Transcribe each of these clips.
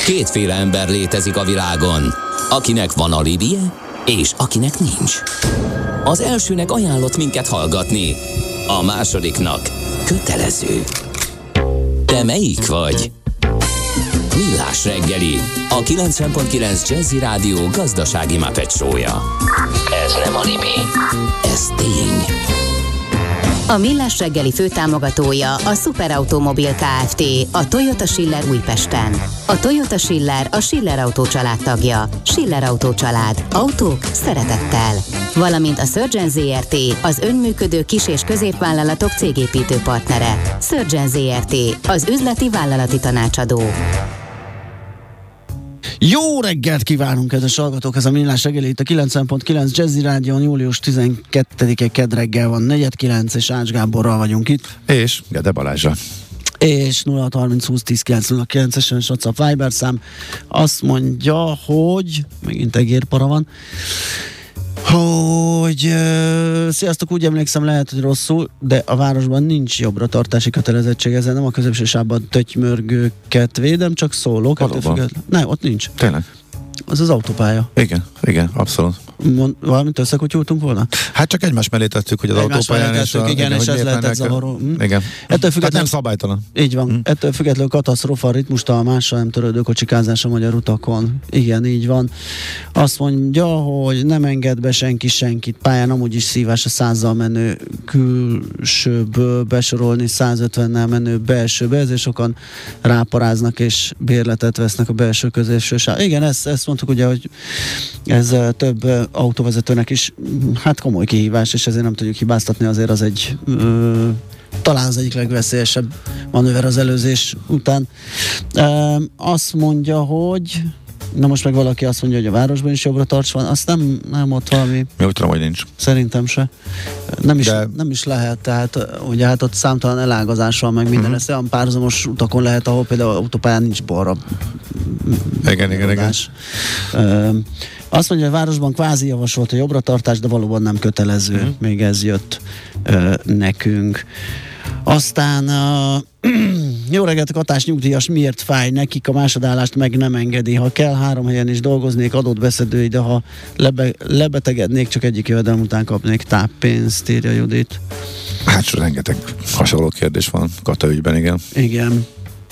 Kétféle ember létezik a világon, akinek van alibije, és akinek nincs. Az elsőnek ajánlott minket hallgatni, a másodiknak kötelező. Te melyik vagy? Millás reggeli, a 90.9 Jazzy Rádió gazdasági Muppet show-ja. Ez nem anime, ez tény. A Millás reggeli főtámogatója a Superautomobil Kft. A Toyota Schiller Újpesten. A Toyota Schiller a Schiller Autó család tagja. Schiller Autó család. Autók szeretettel. Valamint a Surgeon ZRT, az önműködő kis- és középvállalatok cégépítő partnere. Surgeon ZRT, az üzleti vállalati tanácsadó. Jó reggelt kívánunk, kedves hallgatók! Ez a Millás reggeli itt a 90.9 Jazzy Rádión, július 12-e kedd reggel van, 4:09, és Ács Gáborral vagyunk itt. És Gede Balázsra. És 0630 20 10 909 es WhatsApp Viber szám azt mondja, hogy megint egérpara van, hogy sziasztok, úgy emlékszem, lehet, hogy rosszul, de a városban nincs jobbra tartási kötelezettség, ezzel nem a középső sávban tötymörgőket védem, csak szólok. Nem, ott nincs. Tényleg? Az autópálya. Igen, abszolút. Valamint összekutyultunk volna? Hát csak egymás mellé tettük, hogy az autópályán igen, és ez lehetett zavaró. Igen. Ettől függetlenül nem szabálytalan. Így van. Ettől függetlenül katasztrófa, ritmustalan, mással nem törődő kocsikázás a magyar utakon. Igen, így van. Azt mondja, hogy nem enged be senkit. Pályán amúgy is szívás a 100-zal menő külsőből besorolni 150-nel menő belsőbe, ezért sokan ráparáznak és bérletet vesznek a belső középső sáv. Igen, ezt mondtuk ugye, hogy ez több autóvezetőnek is hát komoly kihívás, és ezért nem tudjuk hibáztatni, azért az egy talán az egyik legveszélyesebb manőver az előzés után. Azt mondja, hogy na most meg valaki azt mondja, hogy a városban is jobbra tarts van, azt nem ott valami. Mi úgy tudom, hogy nincs. Szerintem se. Nem is lehet, tehát ugye hát ott számtalan elágazás van, meg minden, ez olyan párhuzamos utakon lehet, ahol például autópályán nincs balra. Igen. Azt mondja, hogy a városban kvázi javasolt a jobbra tartás, de valóban nem kötelező. Még ez jött nekünk. Aztán jó reggelt, a Katás nyugdíjas miért fáj nekik, a másodállást meg nem engedi. Ha kell, 3 helyen is dolgoznék, adott beszedői, de ha lebetegednék, csak egyik jövedelem után kapnék táppénzt, írja Judit. Hát rengeteg hasonló kérdés van Kata ügyben, igen. Igen.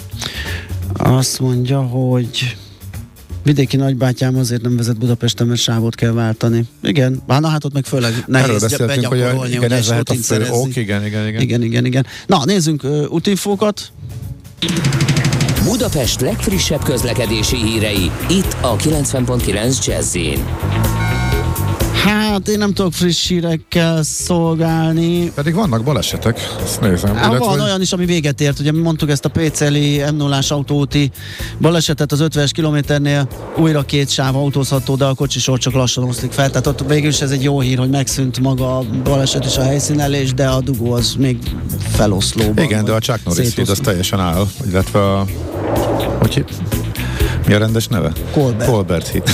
Azt mondja, hogy vidéki nagybátyám azért nem vezet Budapesten, mert sávot kell váltani. Igen, hát ott meg főleg nehéz begyakorolni, hogy ez lehet a fő ok, igen. Na, nézzünk útinfókat. Budapest legfrissebb közlekedési hírei, itt a 90.9 Jazzyn. Hát én nem tudok friss hírekkel szolgálni. Pedig vannak balesetek, ezt nézem. Van olyan is, ami véget ért. Ugye mi mondtuk ezt a PCL-i M0-ás autóúti balesetet az 50-es kilométernél, újra 2 sáv autózható, de a kocsisor csak lassan oszlik fel. Tehát ott végül is ez egy jó hír, hogy megszűnt maga a baleset és a helyszínelés, de a dugó az még feloszlóban. Igen, de a Chuck Norris híd az teljesen áll, illetve mi a rendes neve? Colbert híd.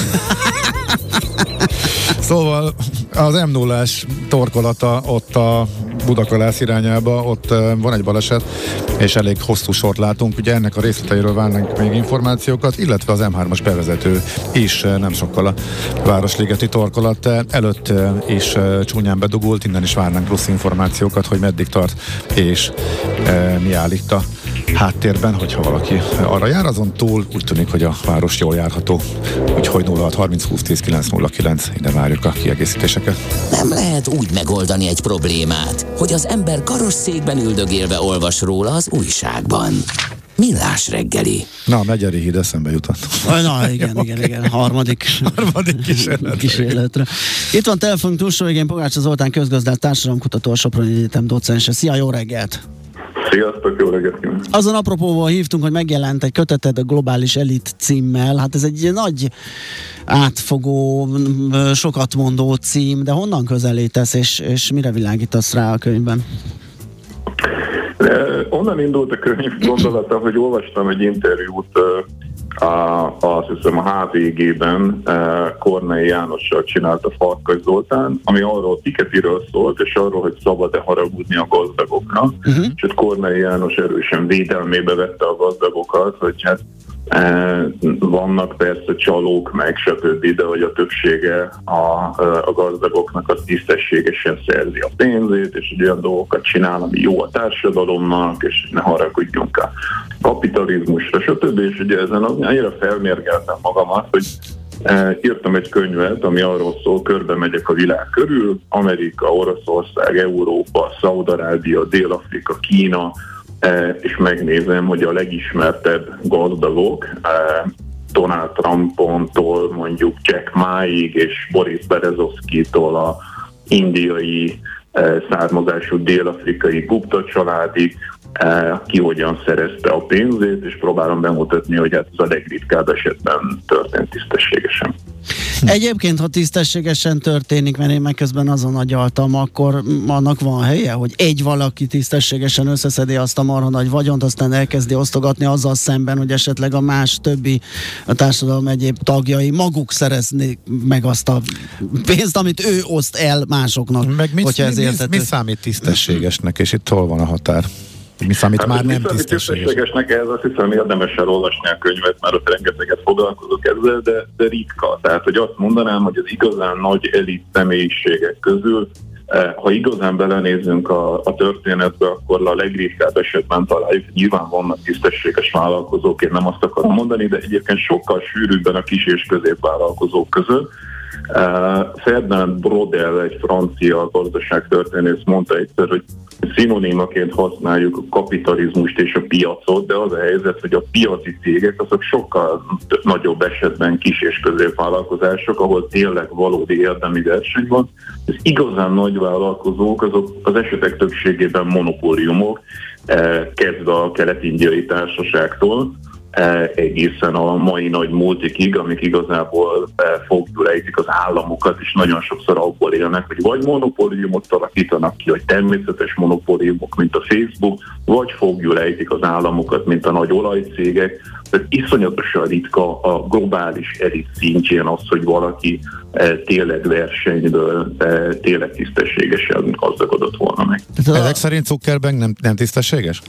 Szóval az M0-ás torkolata ott a Budakalász irányába, ott van egy baleset, és elég hosszú sort látunk. Ugye ennek a részleteiről várnánk még információkat, illetve az M3-as bevezető is nem sokkal a Városligeti torkolat előtt is csúnyán bedugult, innen is várnánk plusz információkat, hogy meddig tart, és mi áll itt a háttérben, hogyha valaki arra jár, azon túl úgy tűnik, hogy a város jól járható, úgyhogy 0630 20 10 909, ide várjuk a kiegészítéseket. Nem lehet úgy megoldani egy problémát, hogy az ember karosszékben üldögélve olvas róla az újságban. Millás reggeli. Na, a Megyeri híd eszembe jutott. Na, igen. Harmadik kísérletre. Itt van telefon túlsó végén Pogácsa Zoltán közgazdár, társadalomkutató, a Soproni Egyetem docense. Szia, jó reggelt! Sziasztok, jó reggelt kívánok! Azon apropóval hívtunk, hogy megjelent egy köteted a Globális Elit címmel. Hát ez egy nagy átfogó, sokat mondó cím, de honnan közelítesz, és mire világítasz rá a könyvben? Onnan indult a könyv gondolata, hogy olvastam egy interjút azt hiszem a HVG-ben Kornai Jánossal csinálta Farkas Zoltán, ami arról Pikettyről szólt, és arról, hogy szabad-e haragudni a gazdagoknak. És ott Kornai János erősen védelmébe vette a gazdagokat, hogy hát Vannak persze csalók, meg stb., de hogy a többsége a gazdagoknak az tisztességesen szerzi a pénzét, és olyan dolgokat csinál, ami jó a társadalomnak, és ne haragudjunk a kapitalizmusra, stb. És ugye ezen annyira felmérgeltem magamat, hogy írtam egy könyvet, ami arról szól, körbe megyek a világ körül, Amerika, Oroszország, Európa, Szaúd-Arábia, Dél-Afrika, Kína, és megnézem, hogy a legismertebb gazdagok, Donald Trumpontól mondjuk Jack Ma-ig és Boris Berezovszkitól a indiai származású dél-afrikai Gupta családig, ki hogyan szerezte a pénzét, és próbálom bemutatni, hogy hát ez a legritkább esetben történt tisztességesen. Egyébként, ha tisztességesen történik, mert én meg közben azon agyaltam, akkor annak van helye, hogy egy valaki tisztességesen összeszedi azt a marha nagy vagyont, aztán elkezdi osztogatni azzal szemben, hogy esetleg a más többi a társadalom egyéb tagjai maguk szereznék meg azt a pénzt, amit ő oszt el másoknak. Meg mi számít tisztességesnek, és itt hol van a határ? Mi számít már nem tisztességesnek, ez azt hiszem érdemes elolvasni a könyvet, mert ott rengeteget foglalkozok ezzel, de ritka. Tehát, hogy azt mondanám, hogy az igazán nagy elit személyiségek közül, ha igazán belenézünk a történetbe, akkor a legritkább esetben találjuk, nyilván vannak tisztességes vállalkozók, én nem azt akarom mondani, de egyébként sokkal sűrűbben a kis és középvállalkozók között. Ferdinand Brodel, egy francia gazdaságtörténész mondta egyszer, hogy szinonimaként használjuk a kapitalizmust és a piacot, de az a helyzet, hogy a piaci cégek azok sokkal nagyobb esetben kis és középvállalkozások, ahol tényleg valódi érdemi verseny van. Az igazán nagy vállalkozók azok az esetek többségében monopóliumok, kezdve a kelet-indiai társaságtól, egészen a mai nagy multikig, amik igazából fogjuk ejtik az államokat, és nagyon sokszor abból élnek, hogy vagy monopóliumot alakítanak ki, vagy természetes monopóliumok, mint a Facebook, vagy fogjuk ejtik az államokat, mint a nagy olajcégek. Tehát iszonyatosan ritka a globális elit szintjén az, hogy valaki tényleg versenyből tényleg tisztességesen gazdagodott volna meg. Ezek szerint Zuckerberg nem tisztességes?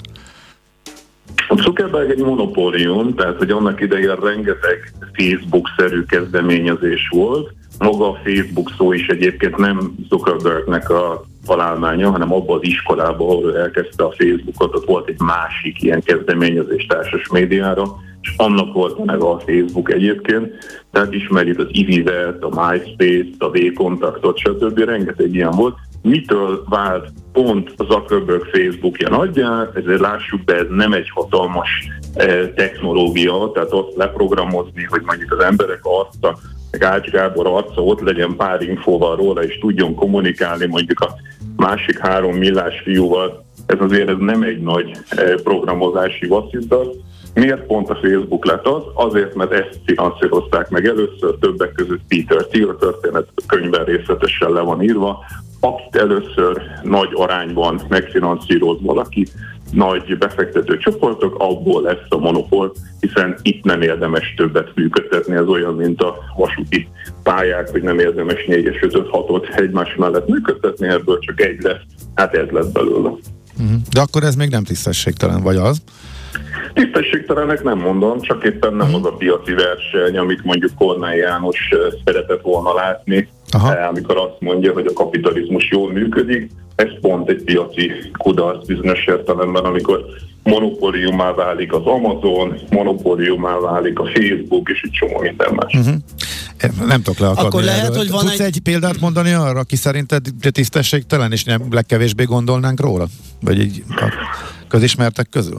A Zuckerberg egy monopólium, tehát hogy annak idején rengeteg Facebook-szerű kezdeményezés volt. Maga a Facebook szó is egyébként nem Zuckerbergnek a találmánya, hanem abban az iskolában, ahol elkezdte a Facebookot, ott volt egy másik ilyen kezdeményezés társas médiára, és annak volt a neve a Facebook egyébként. Tehát ismerjük az Ivivet, a MySpace-t, a V-kontaktot, stb. Rengeteg ilyen volt. Mitől vált pont a Zuckerberg Facebookja nagyjá, ezért lássuk be, ez nem egy hatalmas technológia, tehát azt leprogramozni, hogy mondjuk az emberek arca, meg Ács Gábor arca ott legyen pár infóval róla, és tudjon kommunikálni mondjuk a másik 3 millás fiúval, ez nem egy nagy programozási vasszizdat. Miért pont a Facebook lett az? Azért, mert ezt finanszírozták meg először, többek között Peter Thiel történet könyvben részletesen le van írva, akit először nagy arányban megfinanszíroz valaki, nagy befektető csoportok, abból lesz a monopól, hiszen itt nem érdemes többet működtetni, ez olyan, mint a vasúti pályák, hogy nem érdemes 4-es, 5-öt, 6-ot egymás mellett működtetni, ebből csak egy lesz, hát ez lett belőle. De akkor ez még nem tisztességtelen, vagy az? Tisztességtelenek nem mondom, csak éppen nem az a piaci verseny, amit mondjuk Kornály János szeretett volna látni, amikor azt mondja, hogy a kapitalizmus jól működik. Ez pont egy piaci kudarc bizonyos értelemben, amikor monopóliummá válik az Amazon, monopóliummá válik a Facebook, és egy csomó minden más. Nem tudok leakadni. Akkor lehet, hogy van tudsz egy példát mondani arra, aki szerinted tisztességtelen, és nem legkevésbé gondolnánk róla? Vagy így a közismertek közül?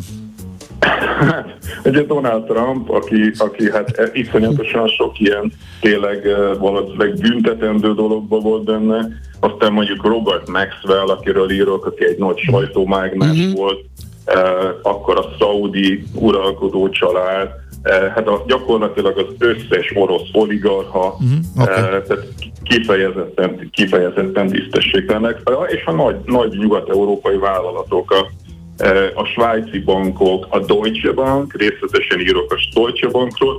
Ugye Donald Trump, aki hát iszonyatosan sok ilyen tényleg valószínűleg büntetendő dologban volt benne, aztán mondjuk Robert Maxwell, akiről írok, aki egy nagy sajtómágnás volt, akkor a szaudi uralkodó család, hát gyakorlatilag az összes orosz oligarcha, tehát kifejezetten tisztességtelenek, és a nagy nyugat-európai vállalatok, a svájci bankok, a Deutsche Bank, részletesen írok a Deutsche Bankról,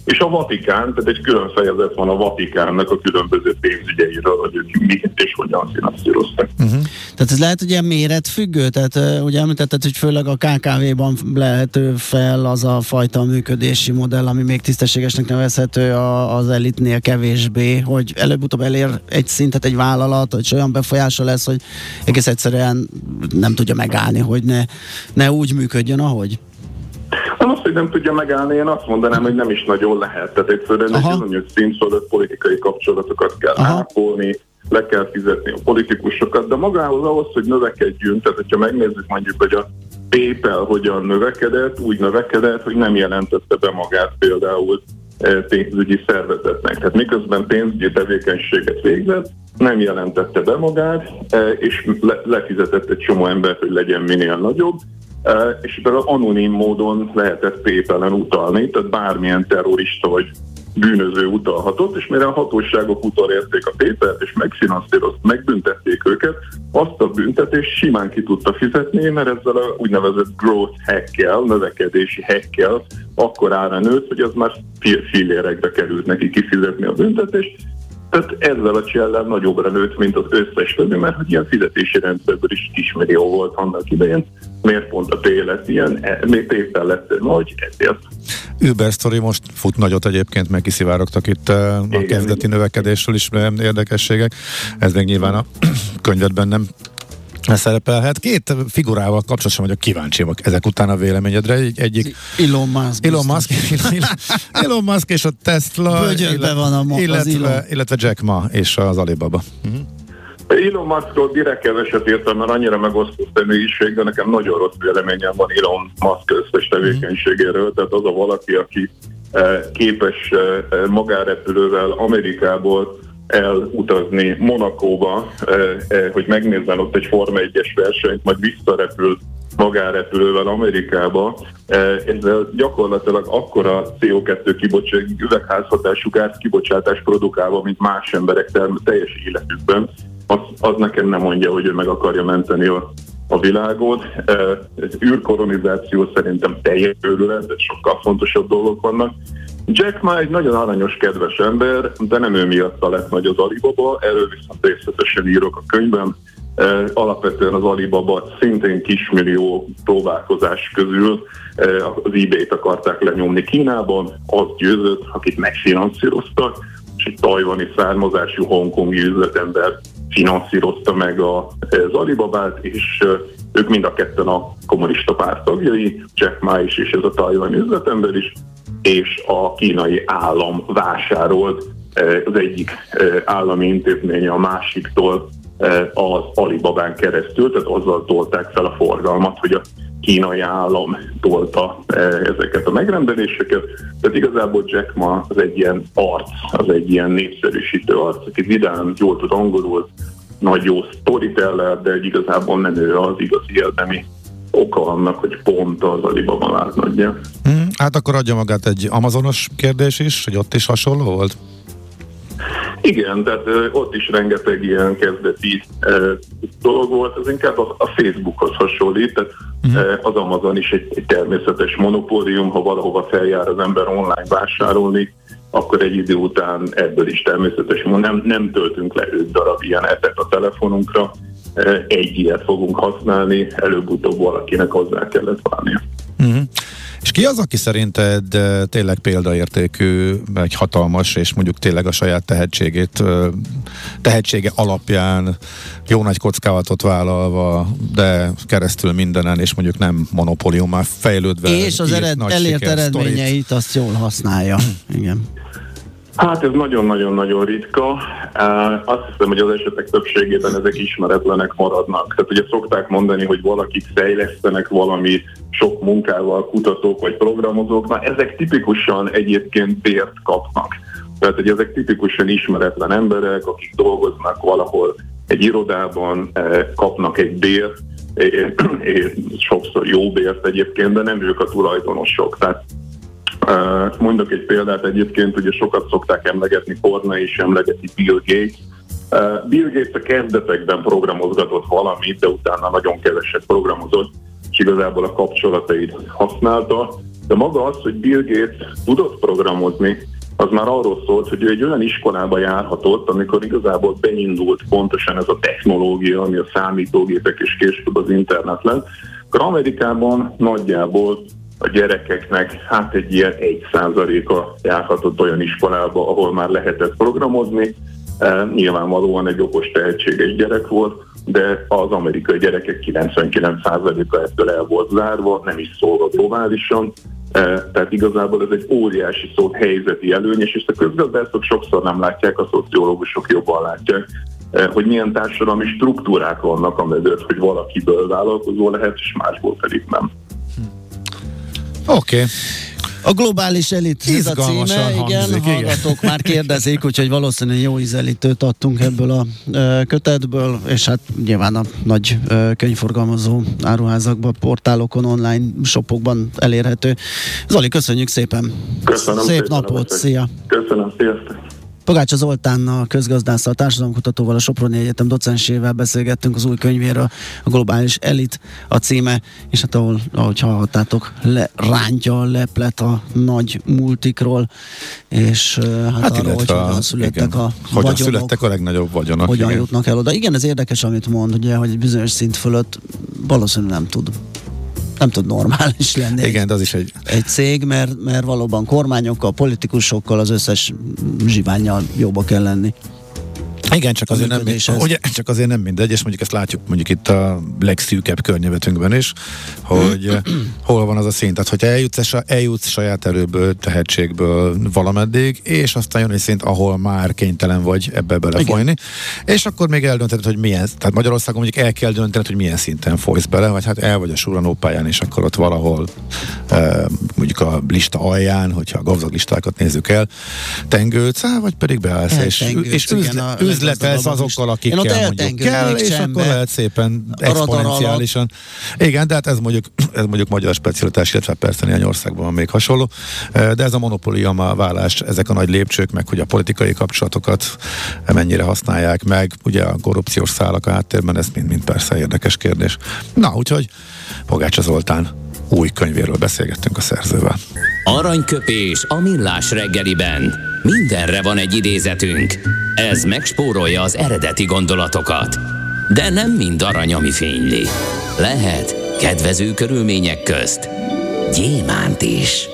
és a Vatikán, tehát egy külön fejezet van a Vatikánnak a különböző pénzügyeiről, hogy ők miket és hogyan finanszíroztak. Tehát ez lehet, hogy ilyen méretfüggő? Tehát ugye említetted, hogy főleg a KKV-ban lehető fel az a fajta működési modell, ami még tisztességesnek nevezhető, az elitnél kevésbé, hogy előbb-utóbb elér egy szintet egy vállalat, hogy olyan befolyása lesz, hogy egész egyszerűen nem tudja megállni, hogy ne úgy működjön, ahogy? Nem azt, hogy nem tudja megállni, én azt mondanám, hogy nem is nagyon lehet. Tehát egyszerűen egy bizonyos szint fölött politikai kapcsolatokat kell ápolni, le kell fizetni a politikusokat, de magához ahhoz, hogy növekedjünk, tehát hogyha megnézzük mondjuk, hogy a PayPal hogyan növekedett, úgy növekedett, hogy nem jelentette be magát például pénzügyi szervezetnek. Tehát miközben pénzügyi tevékenységet végzett, nem jelentette be magát, és lefizetett egy csomó embert, hogy legyen minél nagyobb, és például anonim módon lehetett PayPal-en utalni, tehát bármilyen terrorista vagy bűnöző utalhatott, és mire a hatóságok utolérték a PayPal-t, és megbüntették őket, azt a büntetést simán ki tudta fizetni, mert ezzel a úgynevezett growth hackkel, növekedési hackkel akkorára nőtt, hogy az már fillérekbe került neki kifizetni a büntetést. Tehát ezzel a csellel nagyobbra nőtt, mint az összes többi, mert hogy ilyen fizetési rendszerből is kismillió volt annak idején. Miért pont a P lett ilyen? Még PayPal lett nagy, ezért. Uber Story most fut nagyot egyébként, meg kiszivárogtak itt a kezdeti növekedésről is érdekességek. Ez még nyilván a könyvedben nem szerepelhet. Két figurával kapcsolatosan vagyok kíváncsi ezek után a véleményedre. Egyik Elon Musk és a Tesla, illetve Jack Ma és az Alibaba. Elon Muskról direkt keveset írtam, mert annyira megosztott személyiség, de nekem nagyon rossz véleményem van Elon Musk összes tevékenységéről, tehát az a valaki, aki képes magánrepülővel Amerikából elutazni Monacóba, hogy megnézzen ott egy Forma 1-es versenyt, majd visszarepül magánrepülővel Amerikába. Ezzel gyakorlatilag akkora CO2 üvegházhatású gáz kibocsátás produkálva, mint más emberek teljes életükben, az nekem nem mondja, hogy ő meg akarja menteni a világot. Űrkolonizáció szerintem teljes őrület, de sokkal fontosabb dolgok vannak. Jack Ma egy nagyon aranyos, kedves ember, de nem ő miatt lett nagy az Alibaba, erről viszont részletesen írok a könyvben. Alapvetően az Alibaba szintén kismillió próbálkozás közül az eBay-t akarták lenyomni Kínában, az győzött, akit megfinanszíroztak, és egy tajvani származású hongkongi üzletember finanszírozta meg az Alibabát, és ők mind a ketten a kommunista párt tagjai, Jack Ma is és ez a tajvani üzletember is, és a kínai állam vásárolt az egyik állami intézménye a másiktól az Alibabán keresztül, tehát azzal tolták fel a forgalmat, hogy a kínai állam tolta ezeket a megrendeléseket. Tehát igazából Jack Ma az egy ilyen arc, az egy ilyen népszerűsítő arc, aki vidám, jól tud angolul, nagy jó storyteller, de igazából nem ő az igazi érdemi oka annak, hogy pont az Alibaba vált nagyja. Hát akkor adja magát egy amazonos kérdés is, hogy ott is hasonló volt? Igen, tehát ott is rengeteg ilyen kezdeti dolog volt, az inkább a Facebookhoz hasonlít, tehát az Amazon is egy természetes monopólium, ha valahova feljár az ember online vásárolni, akkor egy idő után ebből is természetesen nem töltünk le 5 darab ilyen appet a telefonunkra, egy ilyet fogunk használni, előbb-utóbb valakinek hozzá kellett válnia. És ki az, aki szerinted tényleg példaértékű, egy hatalmas, és mondjuk tényleg a saját tehetsége alapján jó nagy kockázatot vállalva, de keresztül mindenen, és mondjuk nem monopóliummá fejlődve. És az elért eredményeit azt jól használja. Igen. Hát ez nagyon-nagyon-nagyon ritka. Azt hiszem, hogy az esetek többségében ezek ismeretlenek maradnak. Tehát ugye szokták mondani, hogy valakik fejlesztenek valami sok munkával, kutatók vagy programozók, na ezek tipikusan egyébként bért kapnak. Tehát hogy ezek tipikusan ismeretlen emberek, akik dolgoznak valahol egy irodában, kapnak egy bért, sokszor jó bért egyébként, de nem ők a tulajdonosok. Tehát mondok egy példát egyébként, ugye sokat szokták emlegetni, Kornai is emlegeti Bill Gates. Bill Gates a kezdetekben programozgatott valamit, de utána nagyon keveset programozott, és igazából a kapcsolatait használta. De maga az, hogy Bill Gates tudott programozni, az már arról szólt, hogy ő egy olyan iskolába járhatott, amikor igazából beindult pontosan ez a technológia, ami a számítógépek és később az internet lett, akkor Amerikában nagyjából a gyerekeknek egy ilyen 1%-a járhatott olyan iskolába, ahol már lehetett programozni. Nyilvánvalóan egy okos, tehetséges gyerek volt, de az amerikai gyerekek 99%-a ettől el volt zárva, nem is szólva globálisan. Tehát igazából ez egy óriási helyzeti előny, és ezt a közgazdászok sokszor nem látják, a szociológusok jobban látják, hogy milyen társadalmi struktúrák vannak amögött, hogy valakiből vállalkozó lehet, és másból pedig nem. Oké. A globális elit, ez a címe, hangzik, hallgatók már kérdezik, úgyhogy valószínűleg jó ízelítőt adtunk ebből a kötetből, és hát nyilván a nagy könyvforgalmazó áruházakban, portálokon, online shopokban elérhető. Zoli, köszönjük szépen! Köszönöm Szép szépen, napot, szia! Köszönöm, sziasztok! Pogácsa Zoltánnal, közgazdásszal, társadalomkutatóval, a Soproni Egyetem docensével beszélgettünk az új könyvéről, a globális elit a címe, és hát ahogy hallhattátok, rántja a leplet a nagy multikról, és hát arra, hogy hogyan születtek a vagyonok. Születtek a legnagyobb vagyonok. Hogyan jutnak el oda. Igen, ez érdekes, amit mond, ugye, hogy egy bizonyos szint fölött valószínűleg nem tud normális lenni. Igen, de az is egy cég, mert valóban kormányokkal, politikusokkal, az összes zsivánnyal jóba kell lenni. Igen, csak azért nem mindegy, és mondjuk ezt látjuk mondjuk itt a legszűkebb környezetünkben is, hogy hol van az a szint. Tehát, hogyha eljutsz saját erőből, tehetségből valameddig, és aztán jön egy szint, ahol már kénytelen vagy ebbe belefolyni, és akkor még eldöntheted, hogy milyen, tehát Magyarországon mondjuk el kell döntened, hogy milyen szinten folysz bele, vagy hát el vagy a suranópályán, és akkor ott valahol mondjuk a lista alján, hogyha a gazdag listákat nézzük el, tengődsz, vagy pedig beállsz, és üzletelsz azokkal, akikkel mondjuk kell, és akkor lehet szépen exponenciálisan. Igen, de hát ez mondjuk magyar specialitás, illetve persze néhány országban van még hasonló, de ez a monopólium válás, ezek a nagy lépcsők, meg hogy a politikai kapcsolatokat mennyire használják meg, ugye a korrupciós szálak a háttérben, ez mind persze érdekes kérdés. Na, úgyhogy Pogácsa Zoltán új könyvéről beszélgettünk a szerzővel. Aranyköpés a Millás reggeliben. Mindenre van egy idézetünk. Ez megspórolja az eredeti gondolatokat. De nem mind arany, ami fényli. Lehet kedvező körülmények közt gyémánt is.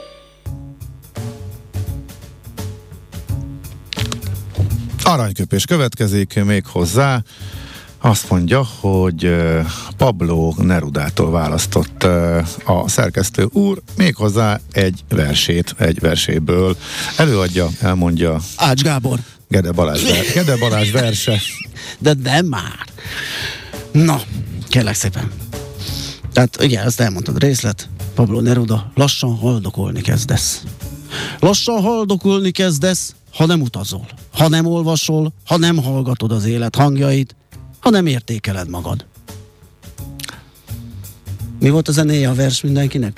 Aranyköpés következik még hozzá. Azt mondja, hogy Pablo Nerudától választott a szerkesztő úr méghozzá egy verséből. Előadja, elmondja Ács Gábor. Gede Balázs verse. De nem már. Na, kérlek szépen. Tehát igen, ezt elmondtad, részlet. Pablo Neruda, lassan haldokolni kezdesz. Lassan haldokolni kezdesz, ha nem utazol, ha nem olvasol, ha nem hallgatod az élet hangjait, ha nem értékeled magad. Mi volt a zenéje a vers mindenkinek?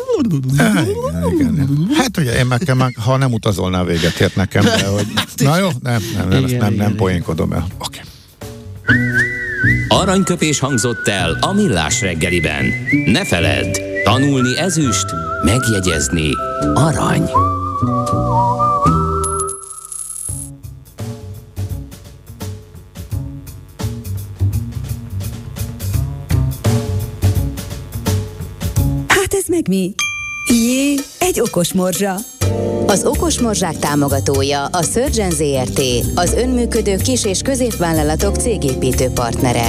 Igen. Hát ugye én ha nem utazolnál, véget ért nekem, de hogy... Na jó, nem poénkodom el. Oké. Aranyköpés hangzott el a Millás reggeliben. Ne feledd, tanulni ezüst, megjegyezni arany. Ez meg mi? Jé, egy okos morzsa. Az okos morzsák támogatója a Surgeon Zrt., az önműködő kis- és középvállalatok cégépítő partnere.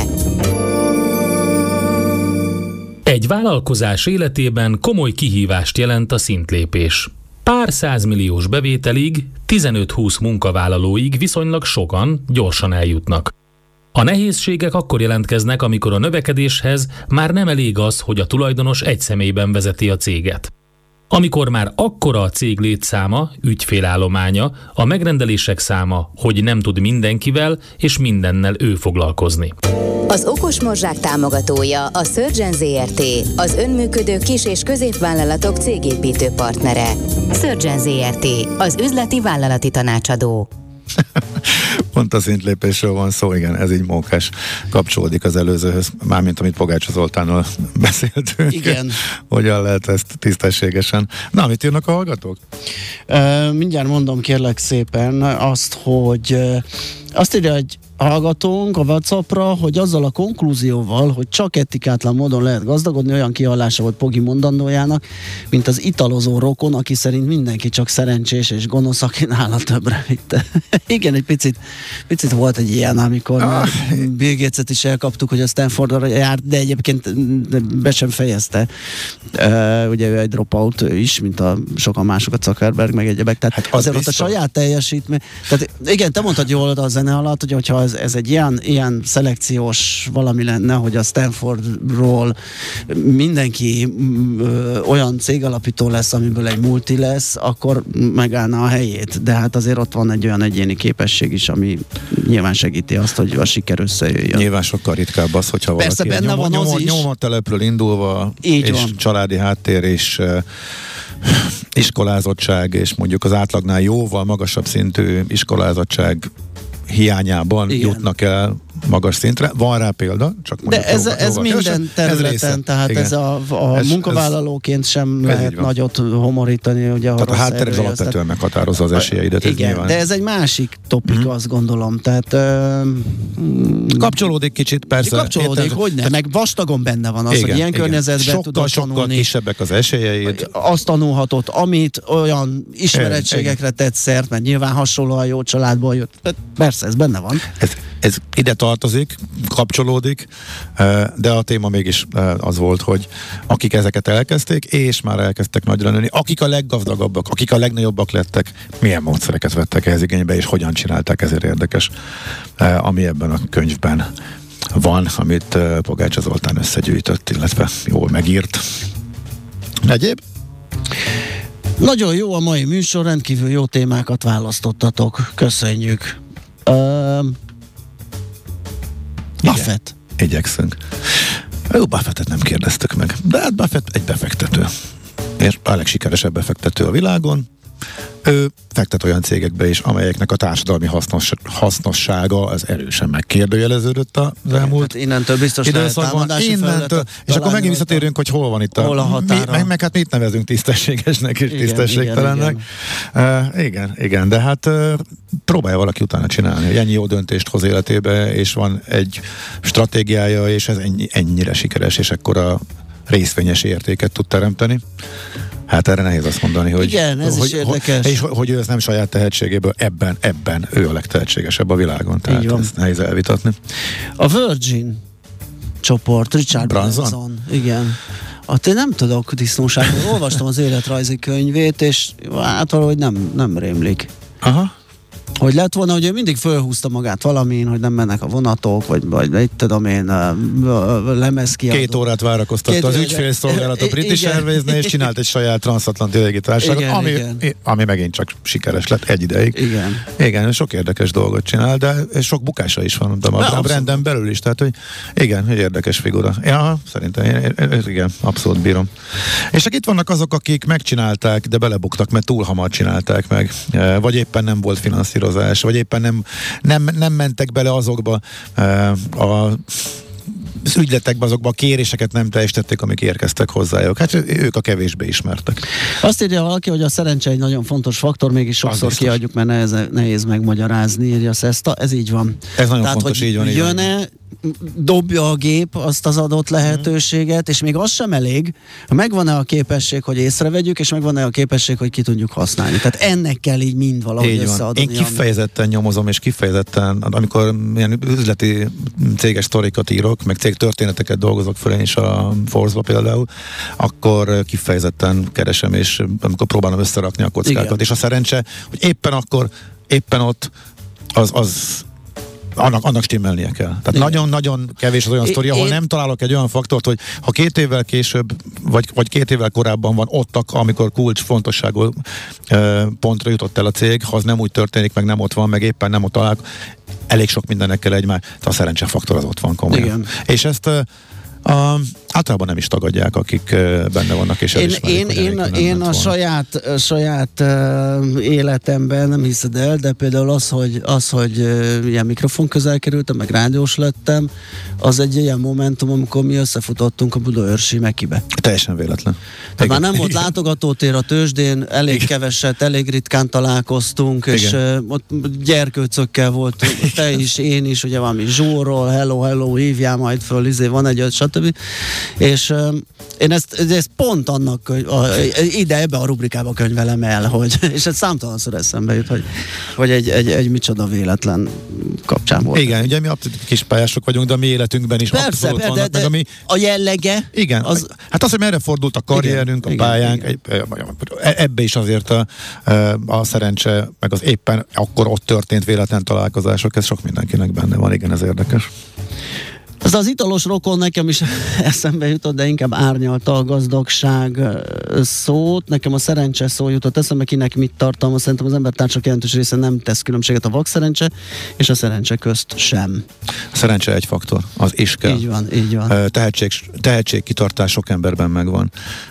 Egy vállalkozás életében komoly kihívást jelent a szintlépés. Pár százmilliós bevételig, 15-20 munkavállalóig viszonylag sokan gyorsan eljutnak. A nehézségek akkor jelentkeznek, amikor a növekedéshez már nem elég az, hogy a tulajdonos egy személyben vezeti a céget. Amikor már akkora a cég létszáma, ügyfélállománya, a megrendelések száma, hogy nem tud mindenkivel és mindennel ő foglalkozni. Az okos morzsák támogatója a Surgeon Zrt., az önműködő kis- és középvállalatok cégépítő partnere. Surgeon Zrt., az üzleti vállalati tanácsadó. Pont a szintlépésről van szó, igen, ez így mókás, kapcsolódik az előzőhöz, mármint amit Pogács Zoltánnal beszéltünk. Igen. Hogyan lehet ezt tisztességesen. Na, mit írnak a hallgatók? Mindjárt mondom kérlek szépen azt, hogy azt írja egy hallgatónk a WhatsAppra, hogy azzal a konklúzióval, hogy csak etikátlan módon lehet gazdagodni, olyan kihallása volt Pogi mondandójának, mint az italozó rokon, aki szerint mindenki csak szerencsés és gonosz, aki nála többre vitte. Igen, egy picit volt egy ilyen, amikor Bill Gates-et is elkaptuk, hogy a Stanfordra járt, de egyébként be sem fejezte. Ugye ő egy dropout is, mint a sokan másokat, Zuckerberg, meg egyebek. Tehát hát azért ott a saját teljesítmény. Tehát igen, te mondtad jól a zene alatt, hogy hogyha ez egy ilyen szelekciós valami lenne, hogy a Stanfordról mindenki olyan cégalapító lesz, amiből egy multi lesz, akkor megállna a helyét. De hát azért ott van egy olyan egyéni képesség is, ami nyilván segíti azt, hogy a siker összejöjjön. Nyilván sokkal ritkább az, hogyha persze, valaki benne van az is. Nyomotelepről indulva, így és van. családi háttér, és iskolázottság, és mondjuk az átlagnál jóval magasabb szintű iskolázottság hiányában igen. jutnak el magas szintre. Van rá példa, csak mondjuk de ez minden területen, tehát igen. ez a munkavállalóként sem lehet nagyot homorítani. Ugye, tehát a háttér ez alapvetően meghatározza az esélyeidet. Igen, de ez egy másik topik, azt gondolom. Tehát kapcsolódik kicsit, persze. Kapcsolódik, hogyne, meg vastagon benne van az, igen, hogy ilyen környezetben tudod sokkal kisebbek az esélyeid. Azt tanulhatod, amit olyan ismerettségekre tett szert, mert nyilván hasonlóan jó családból jött. Persze, ez benne van. Ez ide tartozik, kapcsolódik, de a téma mégis az volt, hogy akik ezeket elkezdték, és már elkezdtek nagyra nőni, akik a leggazdagabbak, akik a legnagyobbak lettek, milyen módszereket vettek ehhez igénybe, és hogyan csinálták, ezért érdekes, ami ebben a könyvben van, amit Pogács Zoltán összegyűjtött, illetve jól megírt. Egyéb? Nagyon jó a mai műsor, rendkívül jó témákat választottatok. Köszönjük. Buffett. Igyekszünk. Buffettet nem kérdeztük meg, de hát Buffett egy befektető. És a legsikeresebb befektető a világon. Ő fektet olyan cégekbe is, amelyeknek a társadalmi hasznossága az erősen megkérdőjeleződött az elmúlt innentől biztos időszakban. És akkor megint visszatérünk, hogy hol van itt a határa. Meg hát mit nevezünk tisztességesnek és tisztességtelennek. Igen, de hát próbálja valaki utána csinálni, hogy ennyi jó döntést hoz életébe, és van egy stratégiája, és ez ennyire sikeres, és ekkora részvényes értéket tud teremteni. Hát erre nehéz azt mondani, hogy, igen, ez is érdekes. És hogy ő ez nem saját tehetségéből, ebben ő a legtehetségesebb a világon. Tehát ezt nehéz elvitatni. A Virgin csoport, Richard Branson. Igen. Én nem tudok disznóságról. Olvastam az életrajzi könyvét, és hát valahogy nem rémlik. Aha. Hogy lett volna, hogy ő mindig fölhúzta magát valamin, hogy nem mennek a vonatok, vagy itt tudom én, lemezkiadó. 2 órát várakoztatta az ügyfélszolgálat a British Airways-nél, és csinált egy saját transatlanti légitársaságot, ami megint csak sikeres lett egy ideig. Igen, sok érdekes dolgot csinál, de sok bukása is van a branden belül is, tehát hogy igen, egy érdekes figura. Ja, szerintem igen, abszolút bírom. És itt vannak azok, akik megcsinálták, de belebuktak, mert túl hamar csinálták meg, vagy éppen nem volt finanszírozás, vagy éppen nem mentek bele azokba az ügyletekbe, azokba a kéréseket nem teljesítették, amik érkeztek hozzájuk. Hát ők a kevésbé ismertek. Azt írja valaki, hogy a szerencse egy nagyon fontos faktor, mégis sokszor kiadjuk, mert nehéz megmagyarázni, írja Szeszta. Ez így van. Ez nagyon fontos, így van. Jön-e, dobja a gép azt az adott lehetőséget, és még az sem elég, ha megvan-e a képesség, hogy észrevegyük, és megvan-e a képesség, hogy ki tudjuk használni. Tehát ennek kell így mind valahogy összeadni. Én kifejezetten nyomozom, és kifejezetten, amikor ilyen üzleti céges sztorikat írok, meg cégtörténeteket dolgozok fel én is a Force-ba például, akkor kifejezetten keresem, és amikor próbálom összerakni a kockákat. Igen. És a szerencse, hogy éppen ott az annak stimmelnie kell. Tehát nagyon-nagyon kevés az olyan sztori, ahol nem találok egy olyan faktort, hogy ha 2 évvel később, vagy 2 évvel korábban van ott, amikor kulcs fontosságú pontra jutott el a cég, ha az nem úgy történik, meg nem ott van, meg éppen nem ott talál, elég sok mindennek kell egymás. A szerencsefaktor az ott van komolyan. Igen. És ezt általában nem is tagadják, akik benne vannak, és én a saját életemben nem hiszed el, de például az, hogy ilyen mikrofon közel kerültem, meg rádiós lettem, az egy ilyen momentum, amikor mi összefutottunk a Budaörsi Mekibe. Teljesen véletlen. Tehát már nem volt látogatótér a tőzsdén, elég keveset, elég ritkán találkoztunk, és ott gyerkőcökkel voltunk, te is, én is, ugye valami Zsóról, hello, hívjál majd föl, van egy stb. És én ezt pont annak ide ebbe a rubrikába könyvelem el, és ez számtalanszor eszembe jut, hogy egy micsoda véletlen kapcsán volt. Igen, ugye mi kis pályások vagyunk, de a mi életünkben is persze, abszolút vannak, meg ami... A jellege... Igen, hát az, hogy merre fordult a karrierünk, a pályánk, ebbe is azért a szerencse, meg az éppen akkor ott történt véletlen találkozások, ez sok mindenkinek benne van, igen, ez érdekes. Az italos rokon nekem is eszembe jutott, de inkább árnyalta a gazdagság szót. Nekem a szerencse szó jutott eszembe, kinek mit tartalmaz. Szerintem az embertársak jelentős része nem tesz különbséget a vakszerencse és a szerencse közt sem. A szerencse egy faktor, az is kell. Így van. Tehetség, kitartás sok emberben megvan.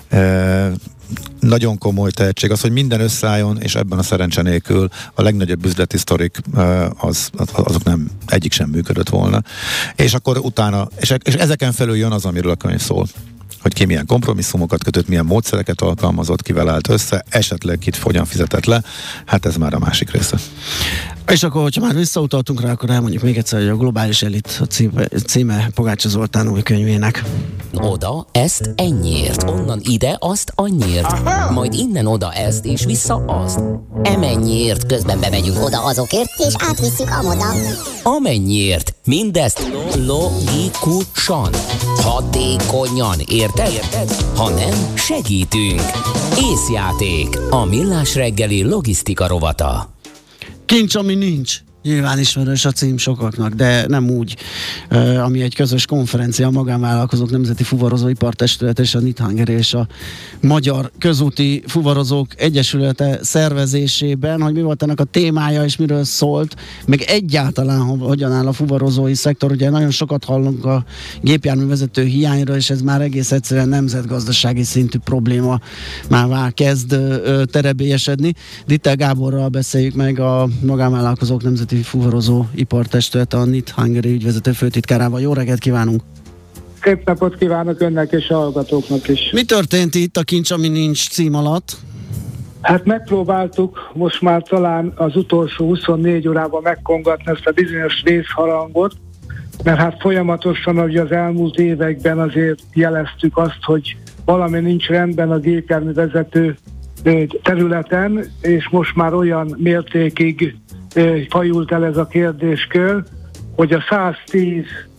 Nagyon komoly tehetség az, hogy minden összeálljon, és ebben a szerencse nélkül a legnagyobb üzleti sztorik azok nem, egyik sem működött volna. És akkor utána, és ezeken felül jön az, amiről a könyv szól. Hogy ki milyen kompromisszumokat kötött, milyen módszereket alkalmazott, kivel állt össze, esetleg kit hogyan fizetett le, hát ez már a másik része. És akkor, hogyha már visszautaltunk rá, akkor elmondjuk még egyszer, hogy a Globális Elit a címe Pogácsa Zoltán új könyvének. Oda, ezt ennyiért, onnan ide, azt annyiért, majd innen oda ezt, és vissza azt. Emennyiért, közben bemegyünk oda azokért, és átvisszük amoda. Amennyiért, mindezt logikusan, hatékonyan, érted? Ha nem, segítünk. Észjáték, a Millás reggeli logisztika rovata. Kincs, ami nincs. Nyilván ismerős a cím sokaknak, de nem úgy, ami egy közös konferencia a Magánvállalkozók Nemzeti Fuvarozó Ipartestület és a Knit Hungary és a Magyar Közúti Fuvarozók Egyesülete szervezésében, hogy mi volt ennek a témája és miről szólt, meg egyáltalán hogyan áll a fuvarozói szektor. Ugye nagyon sokat hallunk a gépjárművezető hiányról, és ez már egész egyszerűen nemzetgazdasági szintű probléma, már kezd terebélyesedni. Dittel Gáborral beszéljük meg, a Magánvállalkozók Nemzeti Fuvarozó Ipartestület, a Knit Hungary ügyvezető főtitkárával. Jó reggelt kívánunk! Szép napot kívánok önnek és a hallgatóknak is. Mi történt itt a Kincs, ami nincs cím alatt? Hát megpróbáltuk most már talán az utolsó 24 órában megkongatni ezt a bizonyos vészharangot, mert hát folyamatosan ugye az elmúlt években azért jeleztük azt, hogy valami nincs rendben a gépjárművezető területen, és most már olyan mértékig fajult el ez a kérdéskör, hogy a 110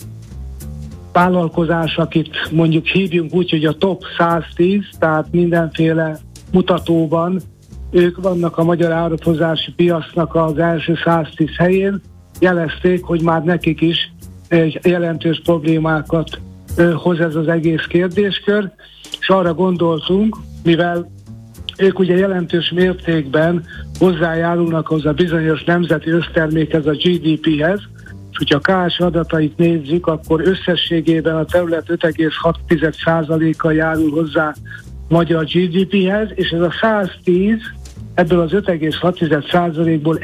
vállalkozás, akit mondjuk hívjunk úgy, hogy a top 110, tehát mindenféle mutatóban ők vannak a magyar áruházatási piacnak az első 110 helyén, jelezték, hogy már nekik is jelentős problémákat hoz ez az egész kérdéskör, és arra gondoltunk, mivel ők ugye jelentős mértékben hozzájárulnak az a bizonyos nemzeti össztermékhez, a GDP-hez, és hogyha a KS adatait nézzük, akkor összességében a terület 5,6%-kal járul hozzá a magyar GDP-hez, és ez a 110 ebből az 5,6%-ból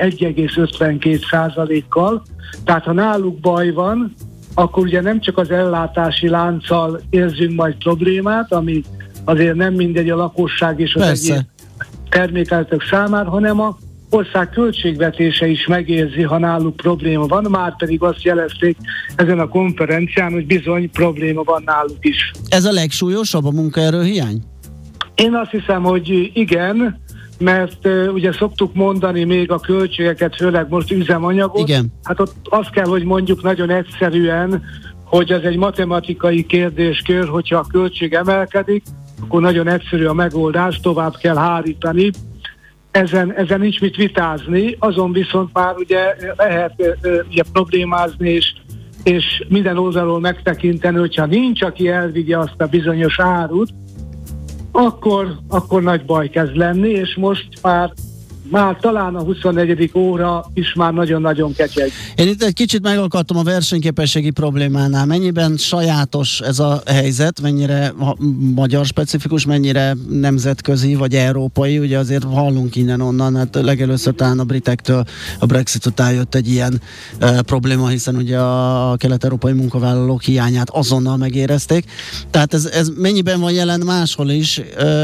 1,52%-kal, tehát ha náluk baj van, akkor ugye nem csak az ellátási lánccal érzünk majd problémát, ami azért nem mindegy a lakosság és az egész termékelők számára, hanem a ország költségvetése is megérzi, ha náluk probléma van, már pedig azt jelezték ezen a konferencián, hogy bizony probléma van náluk is. Ez a legsúlyosabb, a munkaerőhiány? Én azt hiszem, hogy igen, mert ugye szoktuk mondani még a költségeket, főleg most üzemanyagot. Igen. Hát ott azt kell, hogy mondjuk nagyon egyszerűen, hogy ez egy matematikai kérdéskör, hogyha a költség emelkedik, akkor nagyon egyszerű a megoldás, tovább kell hárítani. Ezen nincs mit vitázni, azon viszont már ugye lehet ugye problémázni, és minden oldalról megtekinteni, hogyha nincs, aki elvigye azt a bizonyos árut, akkor nagy baj kezd lenni, és most már már talán a 24. óra is már nagyon-nagyon ketyeg. Én itt egy kicsit megakadtam a versenyképességi problémánál. Mennyiben sajátos ez a helyzet, mennyire magyar specifikus, mennyire nemzetközi vagy európai, ugye azért hallunk innen-onnan, hát legelőször talán a britektől a Brexit után jött egy ilyen probléma, hiszen ugye a kelet-európai munkavállalók hiányát azonnal megérezték. Tehát ez mennyiben van jelen máshol is,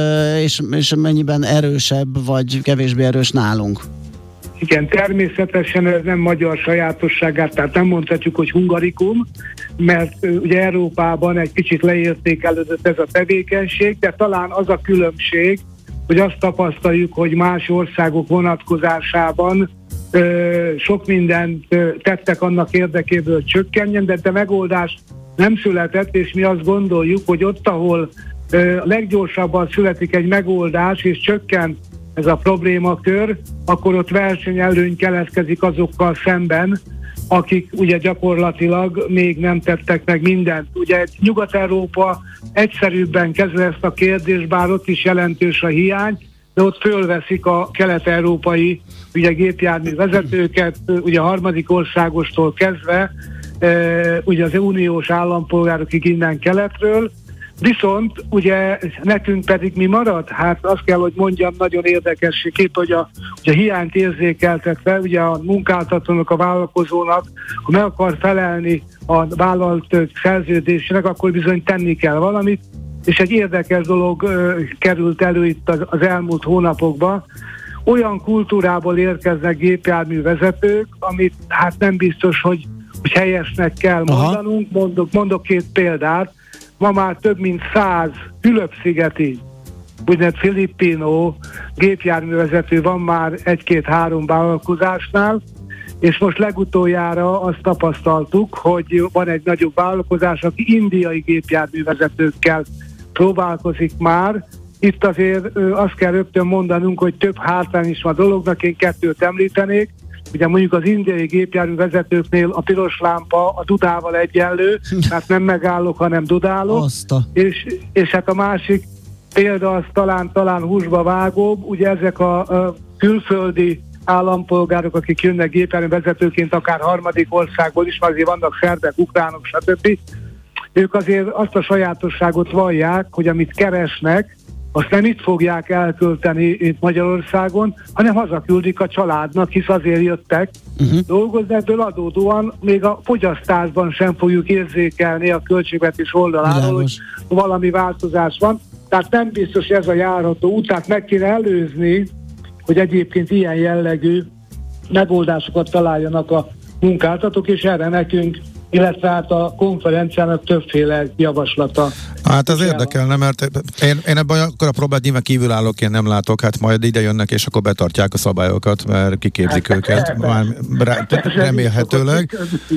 és mennyiben erősebb vagy kevésbé erős nálunk? Igen, természetesen ez nem magyar sajátosságát, tehát nem mondhatjuk, hogy hungarikum, mert ugye Európában egy kicsit leértékelődött ez a tevékenység, de talán az a különbség, hogy azt tapasztaljuk, hogy más országok vonatkozásában sok mindent tettek annak érdekében, hogy csökkenjen, de megoldás nem született, és mi azt gondoljuk, hogy ott, ahol leggyorsabban születik egy megoldás, és csökken ez a problémakör, akkor ott versenyelőny keletkezik azokkal szemben, akik ugye gyakorlatilag még nem tettek meg mindent. Ugye Nyugat-Európa egyszerűbben kezeli ezt a kérdést, bár ott is jelentős a hiány, de ott fölveszik a kelet-európai ugye gépjármű vezetőket, ugye a harmadik országostól kezdve, ugye az uniós állampolgárokig innen keletről. Viszont ugye nekünk pedig mi marad? Hát azt kell, hogy mondjam, nagyon érdekességképp, hogy a hiányt érzékeltetve, ugye a munkáltatónak, a vállalkozónak, ha meg akar felelni a vállalt szerződésnek, akkor bizony tenni kell valamit, és egy érdekes dolog került elő itt az elmúlt hónapokban. Olyan kultúrából érkeznek gépjárművezetők, amit hát nem biztos, hogy helyesnek kell mondanunk. Mondok két példát. Ma már több mint 100 Fülöp-szigeti, úgynevezett filipino gépjárművezető van már 1-2-3 vállalkozásnál, és most legutoljára azt tapasztaltuk, hogy van egy nagyobb vállalkozás, aki indiai gépjárművezetőkkel próbálkozik már. Itt azért azt kell rögtön mondanunk, hogy több hátrány is van a dolognak, én 2 említenék. Ugye mondjuk az indiai gépjárművezetőknél a piros lámpa a dudával egyenlő, tehát nem megállok, hanem dudálok. És hát a másik példa az talán húsba vágóbb, ugye ezek a külföldi állampolgárok, akik jönnek gépjárművezetőként akár harmadik országból is, azért vannak szerbek, ukránok, stb. Ők azért azt a sajátosságot vallják, hogy amit keresnek, azt nem itt fogják elkölteni itt Magyarországon, hanem hazaküldik a családnak, hisz azért jöttek dolgozni, ebből adódóan még a fogyasztásban sem fogjuk érzékelni a költségvetés oldaláról, hogy valami változás van. Tehát nem biztos ez a járható út, tehát meg kéne előzni, hogy egyébként ilyen jellegű megoldásokat találjanak a munkáltatók, és erre nekünk, illetve hát a konferenciának többféle javaslata. Hát ez érdekelne, mert én ebben akkor a próbát nyilván kívülállóként nem látok, hát majd ide jönnek, és akkor betartják a szabályokat, mert kiképzik őket, már remélhetőleg.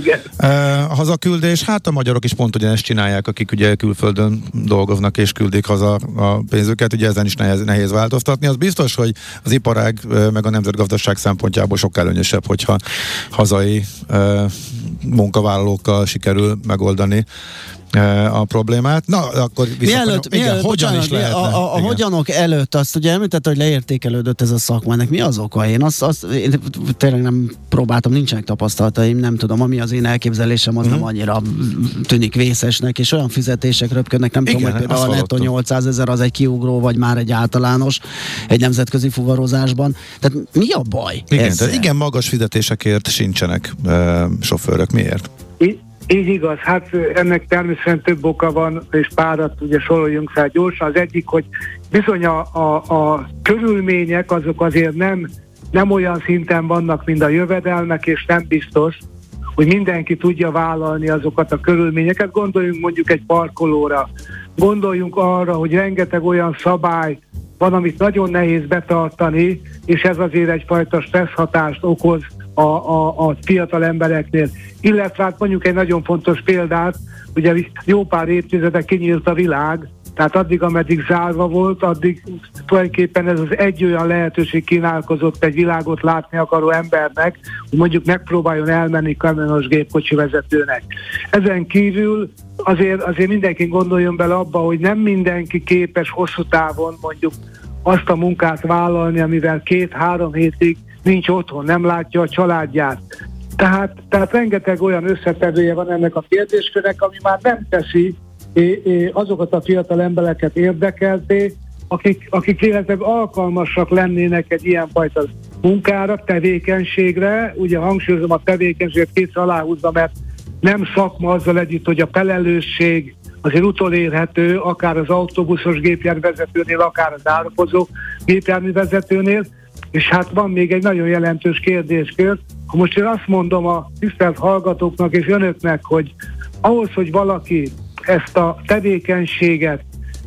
A hazaküldés, hát a magyarok is pont ugyanezt csinálják, akik ugye külföldön dolgoznak és küldik haza a pénzüket, ugye ezen is nehéz változtatni. Az biztos, hogy az iparág meg a nemzetgazdaság szempontjából sokkal előnyösebb, hogyha hazai munkavállalókkal sikerül megoldani a problémát. Na, akkor hogyan is lehetne? A hogyanok előtt azt ugye említette, hogy leértékelődött ez a szakma. Ennek mi az oka? Én én tényleg nem próbáltam, nincsenek tapasztalataim, nem tudom, ami az én elképzelésem, az nem annyira tűnik vészesnek, és olyan fizetések röpködnek, nem tudom, hogy például a nettó 800 000 az egy kiugró, vagy már egy általános, egy nemzetközi fuvarozásban. Tehát mi a baj? Igen, magas fizetésekért sincsenek sofőrök. Miért? Így igaz, hát ennek természetesen több oka van, és párat ugye soroljunk fel gyorsan. Az egyik, hogy bizony a körülmények azok azért nem olyan szinten vannak, mint a jövedelmek, és nem biztos, hogy mindenki tudja vállalni azokat a körülményeket. Gondoljunk mondjuk egy parkolóra, gondoljunk arra, hogy rengeteg olyan szabály van, amit nagyon nehéz betartani, és ez azért egyfajta stresszhatást okoz a fiatal embereknél. Illetve hát mondjuk egy nagyon fontos példát, ugye jó pár évtizede kinyílt a világ, tehát addig, ameddig zárva volt, addig tulajdonképpen ez az egy olyan lehetőség kínálkozott egy világot látni akaró embernek, hogy mondjuk megpróbáljon elmenni kamionos gépkocsi vezetőnek. Ezen kívül azért mindenki gondoljon bele abba, hogy nem mindenki képes hosszú távon mondjuk azt a munkát vállalni, amivel 2-3 hétig nincs otthon, nem látja a családját. Tehát rengeteg olyan összetevője van ennek a kérdéskörnek, ami már nem teszi azokat a fiatal embereket érdekelté, akik véletlenül alkalmasak lennének egy ilyenfajta munkára, tevékenységre. Ugye hangsúlyozom a tevékenységet kétszer aláhúzva, mert nem szakma azzal együtt, hogy a felelősség azért utolérhető, akár az autóbuszos gépjárművezetőnél, akár az árakozó gépjárművezetőnél, és hát van még egy nagyon jelentős kérdéskör. Ha most én azt mondom a tisztelt hallgatóknak és önöknek, hogy ahhoz, hogy valaki ezt a tevékenységet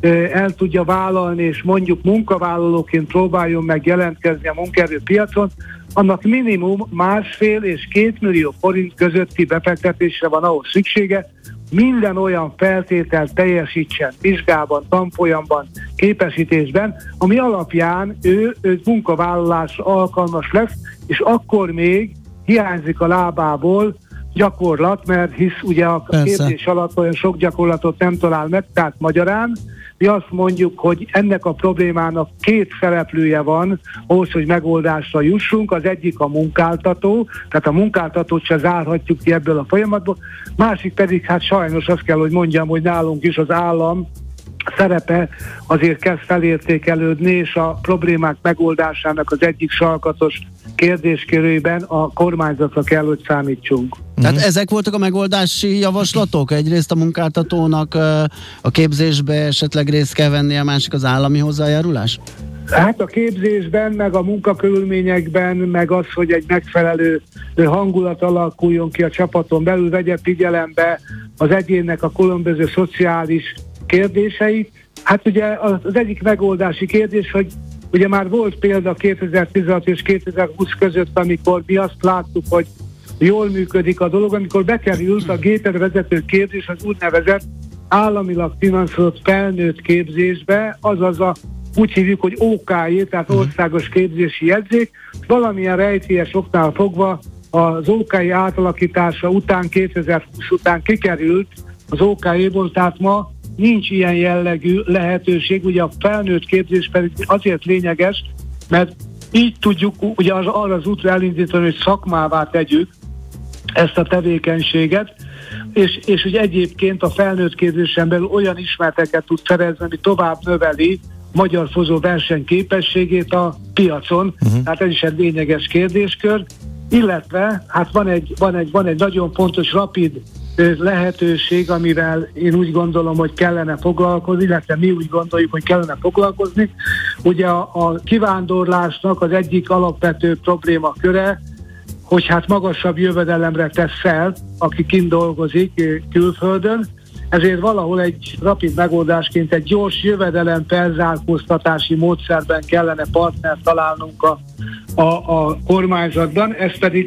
el tudja vállalni, és mondjuk munkavállalóként próbáljon meg jelentkezni a munkaerőpiacon, annak minimum 1,5 és 2 millió forint közötti befektetésre van ahhoz szüksége, minden olyan feltételt teljesítsen vizsgában, tanfolyamban, képesítésben, ami alapján ő munkavállalásra alkalmas lesz, és akkor még hiányzik a lábából gyakorlat, mert hisz ugye a képzés alatt olyan sok gyakorlatot nem talál meg, tehát magyarán mi azt mondjuk, hogy ennek a problémának 2 szereplője van ahhoz, hogy megoldásra jussunk. Az egyik a munkáltató, tehát a munkáltatót se zárhatjuk ki ebből a folyamatból, másik pedig hát sajnos azt kell, hogy mondjam, hogy nálunk is az állam szerepe azért kezd felértékelődni, és a problémák megoldásának az egyik sarkatos kérdéskörében a kormányzatra kell, hogy számítsunk. Tehát ezek voltak a megoldási javaslatok? Egyrészt a munkáltatónak a képzésbe esetleg részt kell venni, a másik az állami hozzájárulás? Hát a képzésben, meg a munkakörülményekben, meg az, hogy egy megfelelő hangulat alakuljon ki a csapaton belül, vegye figyelembe az egyénnek a különböző szociális kérdéseit. Hát ugye az egyik megoldási kérdés, hogy ugye már volt példa 2016 és 2020 között, amikor mi azt láttuk, hogy jól működik a dolog, amikor bekerült a gépjárművezető képzés az úgynevezett államilag finanszírozott felnőtt képzésbe, azaz úgy hívjuk, hogy OKJ, tehát országos képzési jegyzék. Valamilyen rejtélyes oknál fogva az OKJ átalakítása után, 2020 után kikerült az OKJ-ból, tehát ma nincs ilyen jellegű lehetőség. Ugye a felnőtt képzés pedig azért lényeges, mert így tudjuk ugye arra az útra elindítani, hogy szakmává tegyük ezt a tevékenységet, és ugye egyébként a felnőtt képzésen belül olyan ismereteket tud szerezni, ami tovább növeli magyar fozó versenyképességét a piacon, tehát ez is egy lényeges kérdéskör, illetve hát van egy nagyon fontos, rapid lehetőség, amivel én úgy gondolom, hogy kellene foglalkozni, illetve mi úgy gondoljuk, hogy kellene foglalkozni. Ugye a kivándorlásnak az egyik alapvető problémaköre, hogy hát magasabb jövedelemre tesz fel, aki kint dolgozik külföldön, ezért valahol egy rapid megoldásként egy gyors jövedelem felzárkóztatási módszerben kellene partnert találnunk a kormányzatban, ez pedig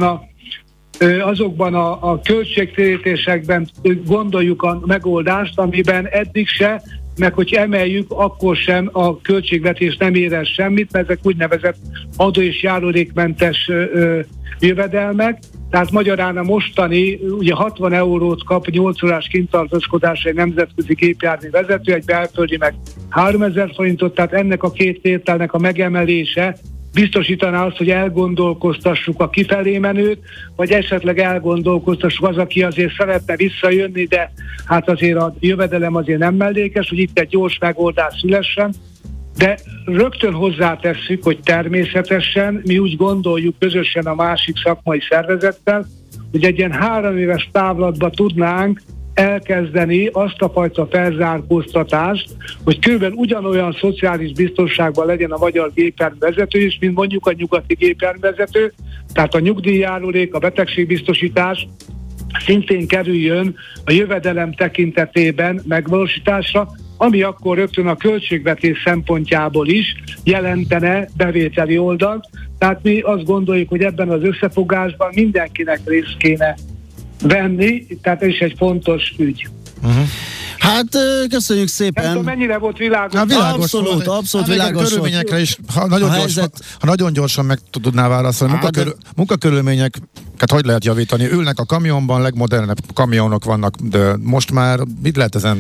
azokban a költségtérítésekben gondoljuk a megoldást, amiben eddig se, meg hogy emeljük, akkor sem a költségvetés nem érez semmit, mert ezek úgynevezett adó- és járulékmentes jövedelmek. Tehát magyarán a mostani, ugye 60 eurót kap 8 órás kintartózkodásra egy nemzetközi gépjárművezető, egy belföldi meg 3000 forintot, tehát ennek a 2 tételnek a megemelése biztosítaná azt, hogy elgondolkoztassuk a kifelé menőt, vagy esetleg elgondolkoztassuk az, aki azért szeretne visszajönni, de hát azért a jövedelem azért nem mellékes, hogy itt egy gyors megoldás szülessen. De rögtön hozzátesszük, hogy természetesen mi úgy gondoljuk közösen a másik szakmai szervezettel, hogy egy ilyen 3 éves távlatba tudnánk elkezdeni azt a fajta felzárkóztatást, hogy kb. Ugyanolyan szociális biztonságban legyen a magyar gépjárművezető is, mint mondjuk a nyugati gépjárművezető, tehát a nyugdíjjárulék, a betegségbiztosítás szintén kerüljön a jövedelem tekintetében megvalósításra, ami akkor rögtön a költségvetés szempontjából is jelentene bevételi oldalt. Tehát mi azt gondoljuk, hogy ebben az összefogásban mindenkinek részt kéne venni, tehát ez is egy fontos ügy. Hát köszönjük szépen. Nem tudom, mennyire volt világos. Világos abszolút volt. világos körülményekre volt. is, ha nagyon gyorsan meg tudnál válaszolni, munkakörülményeket hogy lehet javítani? Ülnek a kamionban, legmodernebb kamionok vannak, de most már mit lehet ezen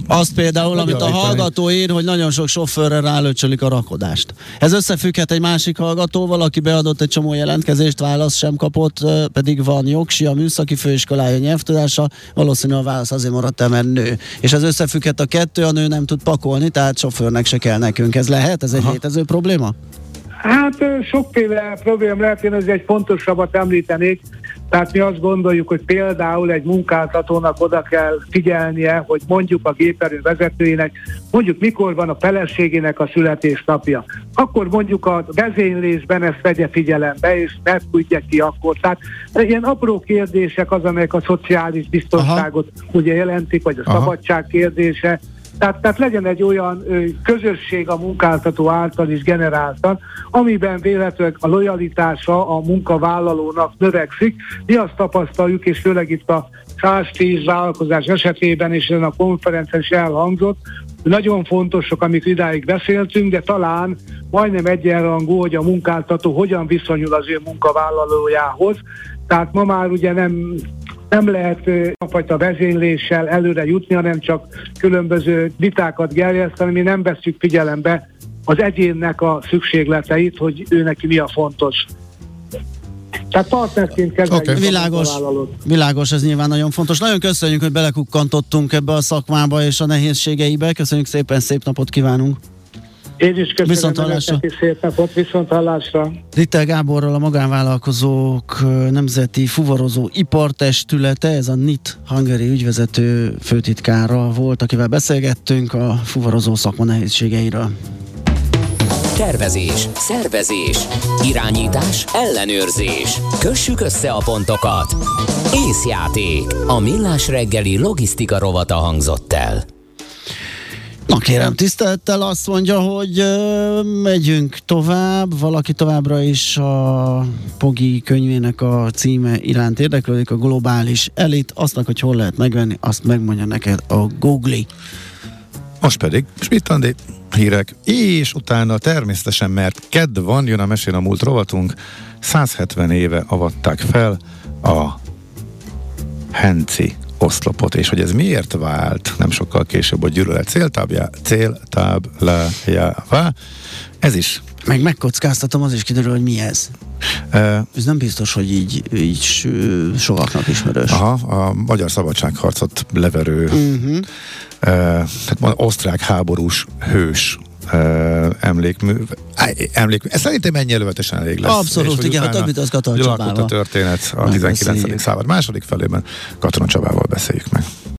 Azt például, amit a hallgató ír, hogy nagyon sok sofőrre rálöcsölik a rakodást. Ez összefügghet egy másik hallgatóval, aki beadott egy csomó jelentkezést, választ sem kapott, pedig van jogsi, a műszaki főiskolája, nyelvtudása, valószínűleg a válasz azért maradt el, mert nő. És ez összefügghet a kettő, a nő nem tud pakolni, tehát sofőrnek se kell nekünk. Ez lehet? Ez egy létező probléma? Hát sokféle probléma lehet, én egy fontosabbat említenék. Tehát mi azt gondoljuk, hogy például egy munkáltatónak oda kell figyelnie, hogy mondjuk a géperő vezetőjének, mondjuk mikor van a feleségének a születésnapja. Akkor mondjuk a vezénylésben ezt vegye figyelembe, és ne tudja ki akkor. Tehát ilyen apró kérdések az, amelyek a szociális biztonságot ugye jelentik, vagy a szabadság kérdése. Tehát legyen egy olyan közösség a munkáltató által is generáltan, amiben véletlenül a lojalitása a munkavállalónak növekszik. Mi azt tapasztaljuk, és főleg itt a 110 vállalkozás esetében, és ezen a konferencián is elhangzott, nagyon fontosak, amit idáig beszéltünk, de talán majdnem egyenrangú, hogy a munkáltató hogyan viszonyul az ő munkavállalójához. Tehát ma már ugye nem lehet fajta vezényléssel előre jutni, hanem csak különböző vitákat gerjeszteni, mi nem vesszük figyelembe az egyénnek a szükségleteit, hogy ő neki mi a fontos. Tehát partnerként kezeljük a munkavállalót. Világos, ez nyilván nagyon fontos. Nagyon köszönjük, hogy belekukkantottunk ebbe a szakmába és a nehézségeibe. Köszönjük szépen, szép napot kívánunk! Én is köszönöm, szép napot, viszonthallásra. Ritter Gáborral, a Magánvállalkozók Nemzeti Fuvarozó Ipartestülete, ez a NIT Hungary ügyvezető főtitkára volt, akivel beszélgettünk a fuvarozó szakma nehézségeiről. Tervezés, szervezés, irányítás, ellenőrzés. Kössük össze a pontokat. Észjáték. A Millás reggeli logisztika rovata hangzott el. Na kérem, tisztelettel azt mondja, hogy megyünk tovább, valaki továbbra is a Pogi könyvének a címe iránt érdeklődik, a globális elit, aztnak, hogy hol lehet megvenni, azt megmondja neked a Google. Most pedig Schmidt-Andi hírek, és utána természetesen, mert kedd van, jön a Mesén a múlt rovatunk, 170 éve avatták fel a Henci oszlopot, és hogy ez miért vált nem sokkal később a gyűlölet céltáblájává. Ez is. Meg megkockáztatom, az is kiderül, hogy mi ez. Ez nem biztos, hogy így sokaknak ismerős. A magyar szabadságharcot leverő tehát osztrák háborús hős emlékmű. Szerintem ennyi elővetesen elég lesz. Abszolút, igen, a többit az Katona Csabával. A történet a 19. század második felében Katona Csabával beszéljük meg.